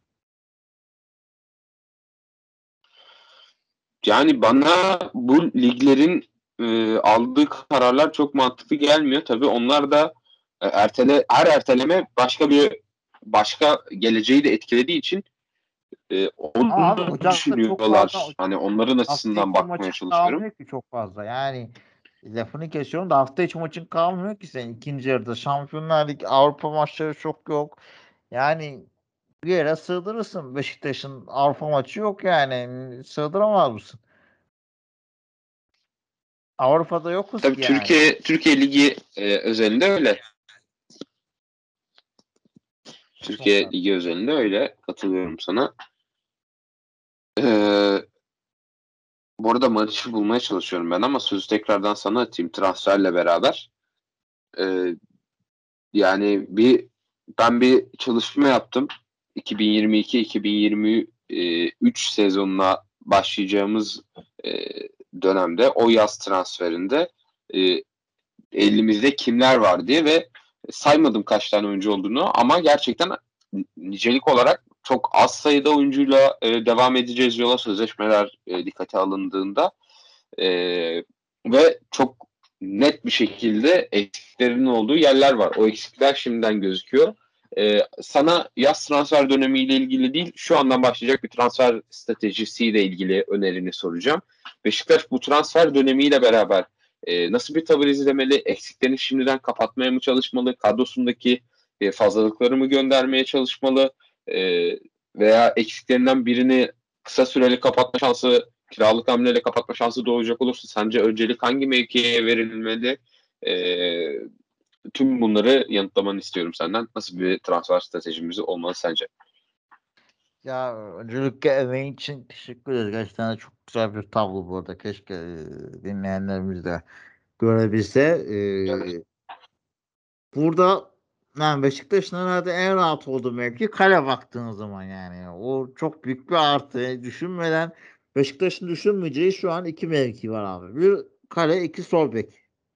Yani bana bu liglerin aldığı kararlar çok mantıklı gelmiyor. Tabii onlar da her erteleme başka geleceği de etkilediği için Ama abi onu Ocak'ta çok fazla düşünüyorlar. Hani onların hafta açısından içi bakmaya maçın çalışıyorum. kalmıyor ki çok fazla. Yani lafını kesiyorum da hafta içi maçın kalmıyor ki senin ikinci yarıda. Şampiyonlar Ligi Avrupa maçları çok yok. Yani bir yere sığdırırsın. Beşiktaş'ın Avrupa maçı yok yani. Sığdıramaz mısın? Avrupa'da yokuz Tabii ki yani. Türkiye Ligi özelinde öyle. Çok Türkiye az. Ligi özelinde öyle. Katılıyorum sana. Ee, Bu arada maçı bulmaya çalışıyorum ben ama sözü tekrardan sana atayım transferle beraber. Ee, Yani ben bir çalışma yaptım. 2022-2023 sezonuna başlayacağımız e, dönemde o yaz transferinde e, elimizde kimler var diye ve saymadım kaç tane oyuncu olduğunu ama gerçekten nicelik olarak çok az sayıda oyuncuyla devam edeceğiz yola sözleşmeler dikkate alındığında. Ve çok net bir şekilde eksiklerinin olduğu yerler var. O eksikler şimdiden gözüküyor. Sana yaz transfer dönemiyle ilgili değil, şu andan başlayacak bir transfer stratejisiyle ilgili önerini soracağım. Beşiktaş bu transfer dönemiyle beraber nasıl bir tavır izlemeli? Eksiklerini şimdiden kapatmaya mı çalışmalı? Kadrosundaki fazlalıkları mı göndermeye çalışmalı? E, Veya eksiklerinden birini kısa süreli kapatma şansı, kiralık hamleyle kapatma şansı doğacak olursa sence öncelik hangi mevkiye verilmeli? E, Tüm bunları yanıtlamanı istiyorum senden. Nasıl bir transfer stratejimiz olmalı sence? Ya öncelikle emeğin için teşekkür ederiz. Gerçekten de çok güzel bir tablo bu arada. Keşke dinleyenlerimiz de görebilse. Evet. Burada yani Beşiktaş'ın herhalde en rahat olduğu mevki kale baktığın zaman yani. O çok büyük bir artı. Düşünmeden Beşiktaş'ın düşünmeyeceği şu an iki mevki var abi. Bir kale, iki sol bek.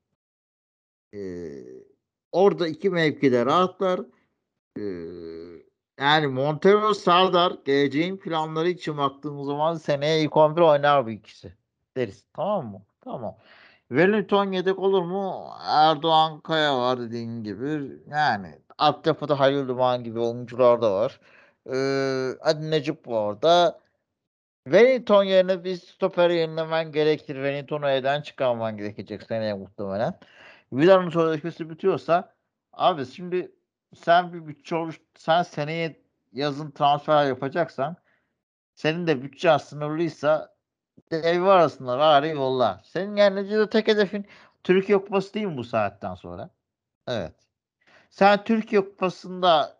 Ee, Orada iki mevkide rahatlar. Ee, Yani Montero, Sardar geleceğin planları için baktığımız zaman seneye ilk 11 oynar bu ikisi. Deriz. Tamam mı? Tamam. Wellington yedek olur mu? Erdoğan Kaya var dediğin gibi. Yani altyapıda Halil Duman gibi oyuncular da var. Hadi Necip bu orada. Wellington yerine bir stoper yenilemen gerekir. Wellington'u elden çıkarman gerekecek seneye muhtemelen. Vida'nın sözleşmesi bitiyorsa abi şimdi sen bir bütçe sen seneye yazın transfer yapacaksan senin de bütçen sınırlıysa devre arasında var yolla. Senin yani neticede tek hedefin Türkiye Kupası değil mi bu saatten sonra? Evet. Sen Türkiye Kupası'nda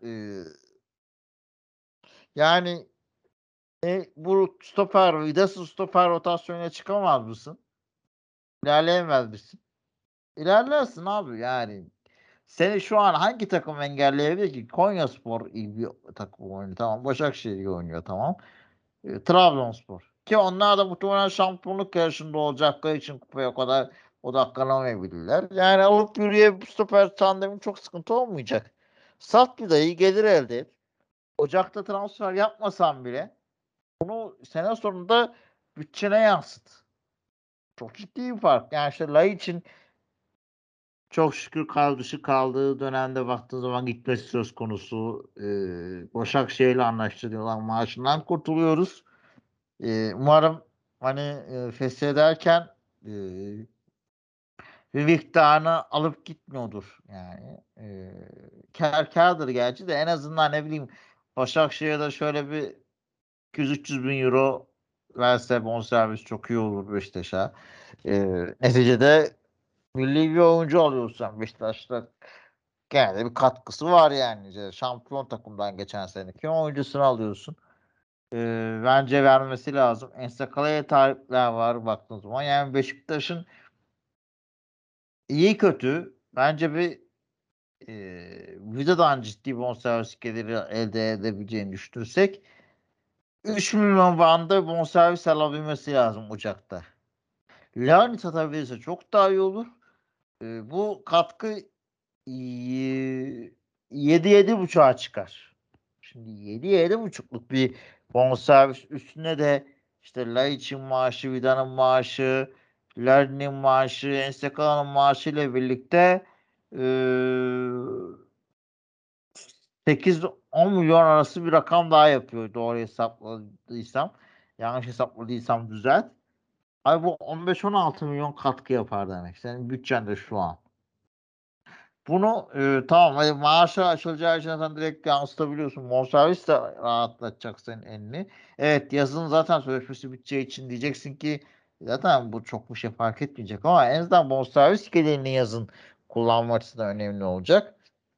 yani bu stoper, vidasız stoper rotasyona çıkamaz mısın? İlerleyemez misin? İlerlersin abi yani. Seni şu an hangi takım engelleyebilir ki? Konyaspor iyi bir takım oynuyor tamam. Başakşehir iyi oynuyor tamam. Trabzonspor. Ki onlar da muhtemelen şampiyonluk yarışında olacakları için kupaya o kadar odaklanamayabilirler. Yani alıp yürüye stoper tandemin çok sıkıntı olmayacak. Sat bir dayı gelir elde et. Ocakta transfer yapmasan bile bunu sene sonunda bütçene yansıt. Çok ciddi bir fark. Yani işte Lay için çok şükür kadro dışı kaldığı dönemde baktığı zaman gitmesi söz konusu. Başakşehir'le anlaştı diyorlar. Maaşından kurtuluyoruz. Umarım hani feshederken e, bir miktarını alıp gitmiyordur. Yani kârdır gerçi de en azından ne bileyim Başakşehir'de şöyle bir 200-300 bin euro verse bonservis çok iyi olur Beşiktaş'a. Neticede milli bir oyuncu alıyorsan Beşiktaş'ta gene de bir katkısı var yani. İşte şampiyon takımdan geçen seneki oyuncusunu alıyorsun. Bence vermesi lazım. Ensakala'ya talipler var baktığın zaman. Yani Beşiktaş'ın iyi kötü bence bir Vida'dan ciddi bonservis geliri elde edebileceğini düşünürsek 3 milyon bandında bonservis alabilmesi lazım Ocak'ta. Lanet satabilirse çok daha iyi olur. Bu katkı 7-7,5'a çıkar. Şimdi 7-7,5'luk bir bonservis üstüne de işte Laiç'in maaşı, Vida'nın maaşı, Lernin'in maaşı, Ensekala'nın maaşı ile birlikte 8-10 milyon arası bir rakam daha yapıyor doğru hesapladıysam. Yanlış hesapladıysam düzelt. Ay bu 15-16 milyon katkı yapar demek. Senin bütçen de şu an. Bunu tamam hadi maaşı açılacağı için zaten direkt yansıtabiliyorsun. Bonservis de rahatlatacak senin elini. Evet yazın zaten sözleşmesi biteceği için diyeceksin ki Zaten bu çok bir şey fark etmeyecek ama en azından bonservis gelirini yazın kullanma açısından önemli olacak.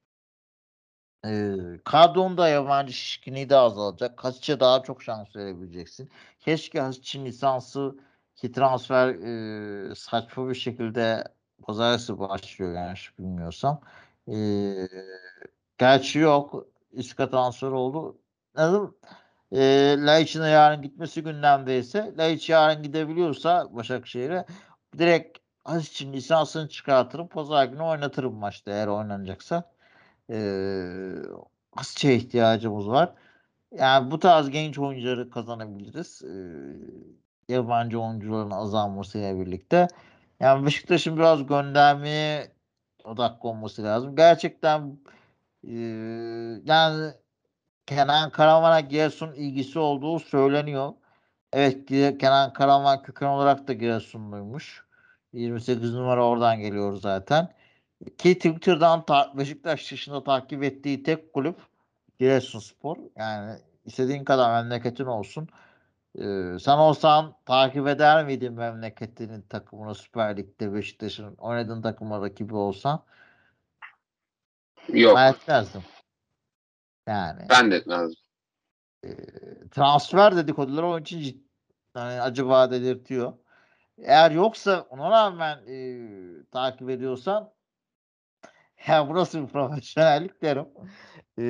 Kadronda yabancı şişkinliği de azalacak. Hasic'e daha çok şans verebileceksin. Keşke Hasic'in lisansı ki transfer saçma bir şekilde pazartesi başlıyor yanlış bilmiyorsam. E, Gerçi yok. İska transfer oldu. Anladım. Laiç'in yarın gitmesi gündemdeyse Laiç yarın gidebiliyorsa Başakşehir'e direkt Hasic'in lisansını çıkartırım. Pazar günü oynatırım maçta eğer oynanacaksa. Ee, Asçı'ya ihtiyacımız var. Yani bu tarz genç oyuncuları kazanabiliriz. Yabancı oyuncuların azalmasıyla birlikte. Yani Beşiktaş'ın biraz göndermeye odaklı olması lazım. Gerçekten e, yani Kenan Karaman'a Giresun ilgisi olduğu söyleniyor. Evet, Kenan Karaman köken olarak da Giresunluymuş. 28 numara oradan geliyor zaten. Ki Twitter'dan Beşiktaş dışında takip ettiği tek kulüp Giresunspor. Yani istediğin kadar memleketin olsun. Sen olsan takip eder miydin memleketinin takımını Süper Lig'de Beşiktaş'ın oynadığın takıma rakibi olsan? Ben Yok. etmezdim. Yani Ben de etmezdim. transfer dedikoduları onun için yani acaba dedirtiyor. Eğer yoksa ona rağmen takip ediyorsan ya burası bir profesyonellik derim. E,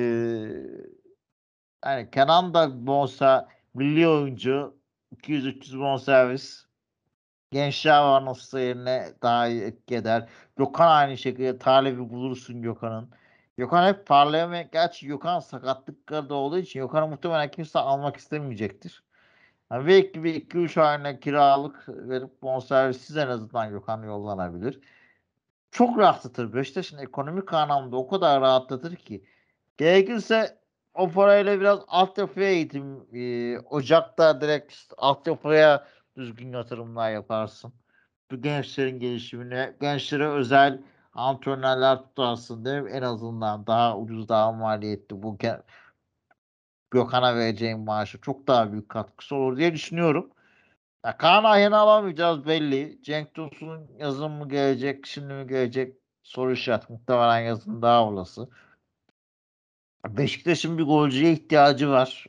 Yani Kenan da milli oyuncu 200-300 bonservis. Gençler var nasılsa yerine daha iyi etki eder. Gökhan aynı şekilde talebi bulursun Gökhan'ın. Gökhan hep parlayamıyor. Gerçi Gökhan sakatlıkları da olduğu için Gökhan'ı muhtemelen kimse almak istemeyecektir. Yani belki bir 2-3 ayına kiralık verip bonservissiz en azından Gökhan yollanabilir. Çok rahatlatır. Beşiktaş'ın ekonomik anlamda o kadar rahatlatır ki. Gerekirse o parayla biraz altyapıya eğitim, Ocak'ta direkt işte altyapıya düzgün yatırımlar yaparsın. Bu gençlerin gelişimine, gençlere özel antrenörler tutarsın değil mi? En azından daha ucuz, daha maliyetli. Gökhan'a vereceğim maaşı çok daha büyük katkısı olur diye düşünüyorum. Ya Kaan Ayhan'ı alamayacağız belli. Cenk Tosun'un yazın mı gelecek, şimdi mi gelecek soru işareti. Muhtemelen yazın daha olası. Beşiktaş'ın bir golcüye ihtiyacı var.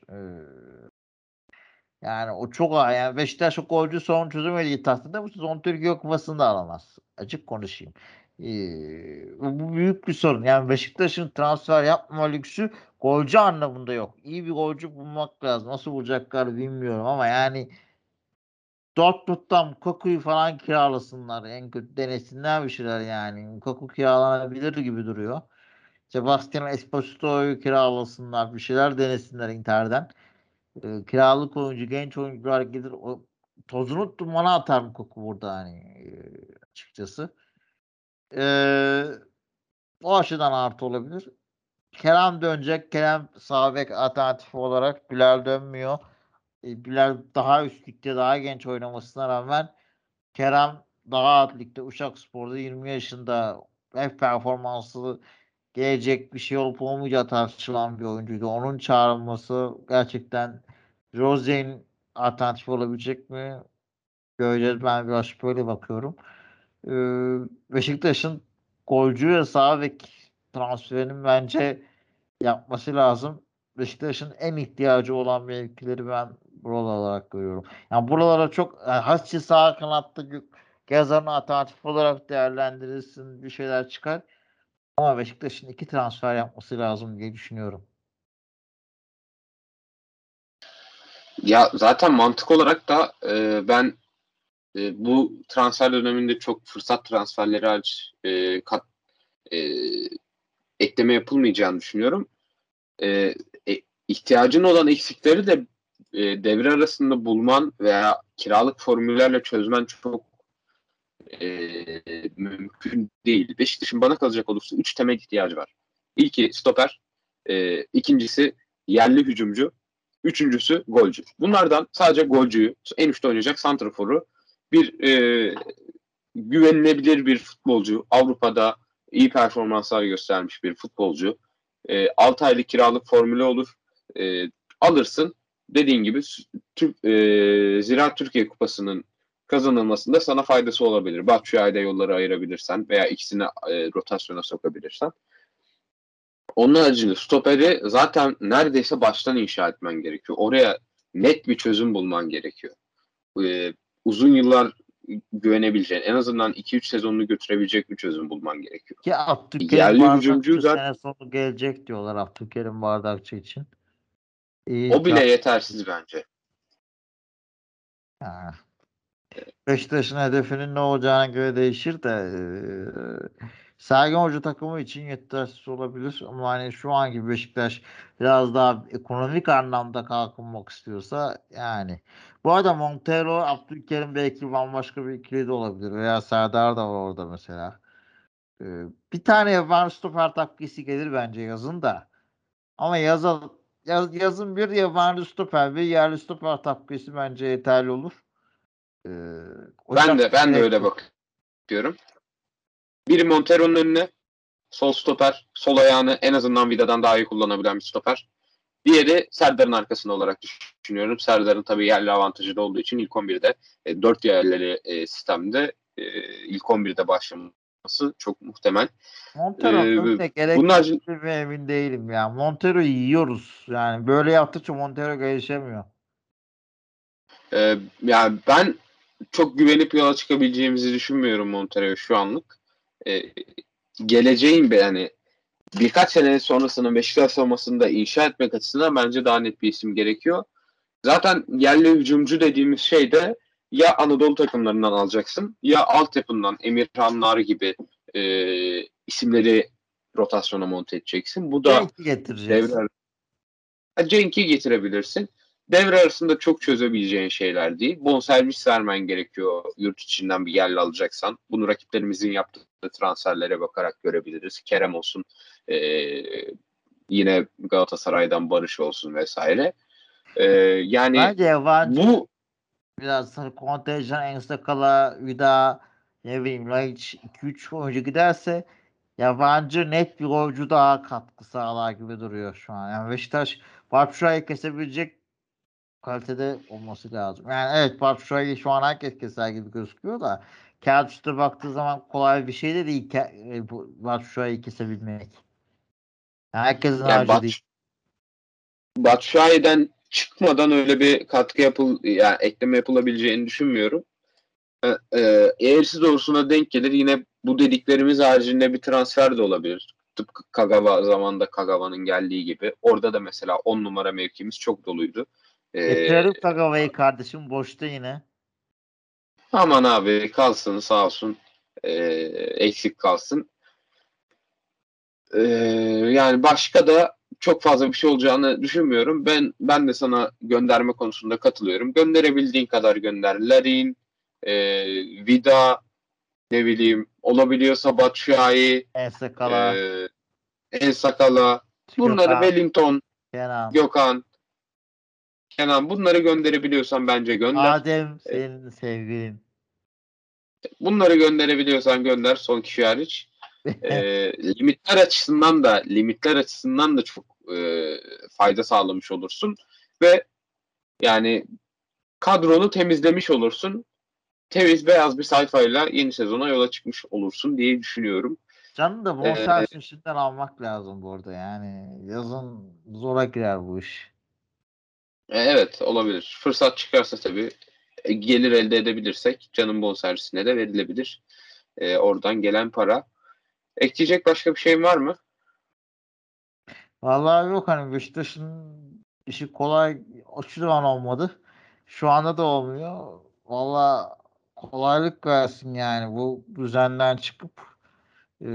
Yani o çok ağır. Yani Beşiktaş o golcü sorunu çözemediği takdirde bu sezon Türkiye Kupası'nı da alamaz. Açık konuşayım. Bu büyük bir sorun. Yani Beşiktaş'ın transfer yapma lüksü golcü anlamında yok. İyi bir golcü bulmak lazım. Nasıl bulacaklar bilmiyorum ama yani Dortmund'dan Lukaku'yu falan kiralasınlar. En kötü denesinler bir şeyler yani. Lukaku kiralanabilir gibi duruyor. Sebastian Esposito'yu kiralasınlar. Bir şeyler denesinler Inter'den. Kiralık oyuncu, genç oyuncular gelir. O tozunu dumana atar Lukaku burada hani açıkçası. E, O açıdan artı olabilir. Kerem dönecek. Kerem sağ bek alternatifi olarak Bilal dönmüyor. Bilal daha üst ligde daha genç oynamasına rağmen Kerem daha alt ligde Uşakspor'da 20 yaşında hep performanslı gelecek bir şey olup olmayacağı tartışılan bir oyuncuydu. Onun çağrılması gerçekten Rose'nin alternatif olabilecek mi? Göreceğiz. Ben biraz böyle bakıyorum. Beşiktaş'ın golcü ve sağ bek transferinin bence yapması lazım. Beşiktaş'ın en ihtiyacı olan mevkileri ben buralar olarak görüyorum. Yani buralara çok Hassi sağ kanatta Gezan'ı alternatif olarak değerlendirilsin bir şeyler çıkar. Ama Beşiktaş'ın iki transfer yapması lazım diye düşünüyorum. Ya zaten mantık olarak da ben bu transfer döneminde çok fırsat transferleri hariç e, ekleme yapılmayacağını düşünüyorum. E, ihtiyacın olan eksikleri de devre arasında bulman veya kiralık formüllerle çözmen çok mümkün değil. Beşiktaş'ın bana kalacak olursa 3 temel ihtiyacı var. İlki stoper, ikincisi yerli hücumcu, üçüncüsü golcü. Bunlardan sadece golcüyü, en üstte oynayacak santraforu, bir güvenilebilir bir futbolcu, Avrupa'da iyi performanslar göstermiş bir futbolcu, 6 aylık kiralık formülü olur, alırsın. Dediğin gibi Ziraat Türkiye Kupası'nın kazanılmasında sana faydası olabilir. Batshuayi'de yolları ayırabilirsen veya ikisini rotasyona sokabilirsen. Onun haricinde stoperi zaten neredeyse baştan inşa etmen gerekiyor. Oraya net bir çözüm bulman gerekiyor. Uzun yıllar güvenebileceğin, en azından 2-3 sezonunu götürebilecek bir çözüm bulman gerekiyor. Ki Abdülkerim Yerli hücumcu Bardakçı zaten sene sonu gelecek diyorlar Abdülkerim Bardakçı için. o İyi bile ki yetersiz bence. ha. Beşiktaş'ın hedefinin ne olacağına göre değişir de Sergen Hoca takımı için yetersiz olabilir ama hani şu anki Beşiktaş biraz daha ekonomik anlamda kalkınmak istiyorsa yani. Bu arada Montero, Abdülkerim belki bambaşka bir ikili de olabilir veya Serdar da var orada mesela. E, Bir tane yabancı stoper takviyesi gelir bence yazın da. Ama yazın bir yabancı stoper ve yerli stoper takviyesi bence yeterli olur. E, Ben Ocak de ben de gerek öyle yok. bakıyorum. Biri Montero'nun önüne, sol stoper, sol ayağını en azından Vida'dan daha iyi kullanabilen bir stoper. Diğeri Serdar'ın arkasında olarak düşünüyorum. Serdar'ın tabii yerli avantajı da olduğu için ilk 11'de 4 yerli sistemde ilk 11'de başlaması çok muhtemel. Montero'nun E, önüne gerek bunlar yok ve emin değilim ya. Montero'yu yiyoruz. Yani böyle yaptıkça Montero gelişemiyor. yani ben çok güvenip yola çıkabileceğimizi düşünmüyorum Montero'ya şu anlık. E, geleceğin yani birkaç sene sonrasının Beşiktaş savunmasında inşa etmek açısından bence daha net bir isim gerekiyor. Zaten yerli hücumcu dediğimiz şey de ya Anadolu takımlarından alacaksın ya altyapından Emirhanlar gibi isimleri rotasyona monte edeceksin. Bu da Cenk'i getireceksin. devre Cenk'i getirebilirsin. Devre arasında çok çözebileceğin şeyler değil. Bonservis vermen gerekiyor yurt içinden bir yerli alacaksan. Bunu rakiplerimizin yaptığı transferlere bakarak görebiliriz. Kerem olsun, yine Galatasaray'dan Barış olsun vesaire. Yani Bence yabancı bu biraz hani kontenjan Ensakala, Vida, ne bileyim Laiç 2-3 oyuncu giderse yabancı net bir oyuncu daha katkı sağlar gibi duruyor şu an. Yani Beşiktaş Batshuayi'yi kesebilecek kalitede olması lazım. Yani evet Batshuayi'yi şu an herkes keser gibi gözüküyor da kağıt üstüne baktığı zaman kolay bir şey de değil bu Batshuayi'yi kesebilmek. Yani herkesin yani harcı değil. Batshuayi'den çıkmadan öyle bir katkı yani ekleme yapılabileceğini düşünmüyorum. Eğerisi doğrusuna denk gelir yine bu dediklerimiz haricinde bir transfer de olabilir. Tıpkı Kagawa zamanında Kagawa'nın geldiği gibi. Orada da mesela 10 numara mevkimiz çok doluydu. Ee, Getirelim Kagawa'yı kardeşim boşta yine. aman abi kalsın sağ olsun. Eksik kalsın. Ee, yani başka da çok fazla bir şey olacağını düşünmüyorum. Ben de sana gönderme konusunda katılıyorum. Gönderebildiğin kadar gönder. Larin, e, Vida, ne bileyim olabiliyorsa Batshuayi, Ensakala, e, En Sakala, bunları Gökhan, Wellington, Kenan, Gökhan, Kenan bunları gönderebiliyorsan bence gönder. Adem E, senin sevgilin. bunları gönderebiliyorsan gönder son kişi hariç. Limitler açısından da çok fayda sağlamış olursun ve yani kadronu temizlemiş olursun. Temiz beyaz bir sayfayla yeni sezona yola çıkmış olursun diye düşünüyorum. Canını da E, bonservis işinden almak lazım bu arada. Yani yazın zora girer bu iş. evet olabilir. Fırsat çıkarsa tabii gelir elde edebilirsek canın bonservisine de verilebilir. Oradan gelen para. Ekleyecek başka bir şeyin var mı? Vallahi yok hani Beşiktaş'ın işi kolay aşırı an olmadı. Şu anda da olmuyor. Vallahi kolaylık versin yani bu düzenden çıkıp eee,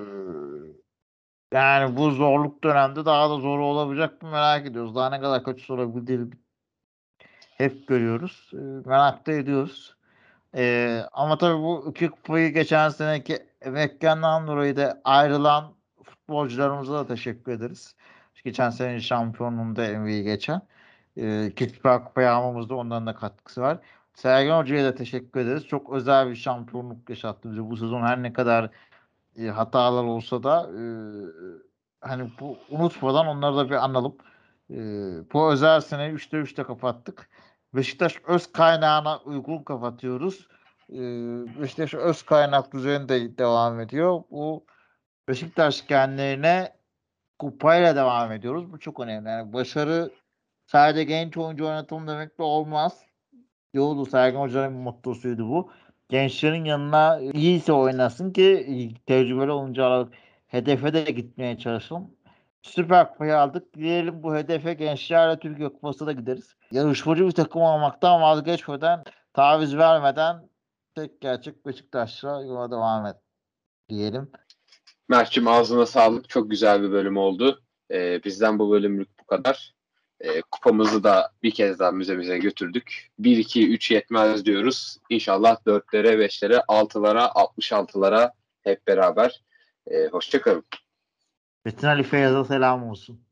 yani bu zorluk dönemde daha da zor olabilecek mi merak ediyoruz. Daha ne kadar kötü olabildiğini hep görüyoruz. Merak da ediyoruz. Ama tabii bu iki kupayı geçen seneki emeklerinden dolayı da ayrılan futbolcularımıza da teşekkür ederiz. Geçen sene şampiyonluğunda emeği geçen. İki Süper Kupayı almamızda onların da katkısı var. Sergen Hoca'ya da teşekkür ederiz. Çok özel bir şampiyonluk yaşattı bize. Bu sezon her ne kadar hatalar olsa da hani bu unutmadan onları da bir analım. Bu özel seneyi 3'te 3'te kapattık. Beşiktaş öz kaynağına uygun kapatıyoruz. Beşiktaş öz kaynak düzeninde devam ediyor. Bu Beşiktaş genlerine kupayla devam ediyoruz. Bu çok önemli. Yani başarı sadece genç oyuncu oynatalım demek de olmaz. Diyordu Sergen Hoca'nın bir mottosuydu bu. Gençlerin yanına iyiyse oynasın ki tecrübeli oyuncular hedefe de gitmeye çalışalım. Süper Kupayı aldık. Diyelim bu hedefe Gençlerle Türkiye Kupası da gideriz. Yarışmacı bir takım olmaktan vazgeçmeden, taviz vermeden tek gerçek Beşiktaş'la yola devam et diyelim. Mert'cim ağzına sağlık. Çok güzel bir bölüm oldu. Bizden bu bölümlük bu kadar. Kupamızı da bir kez daha müzemize götürdük. 1, 2, 3 yetmez diyoruz. İnşallah 4'lere, 5'lere, 6'lara, 66'lara hep beraber. Hoşça kalın. Metin Ali Feyyaz'a selam olsun.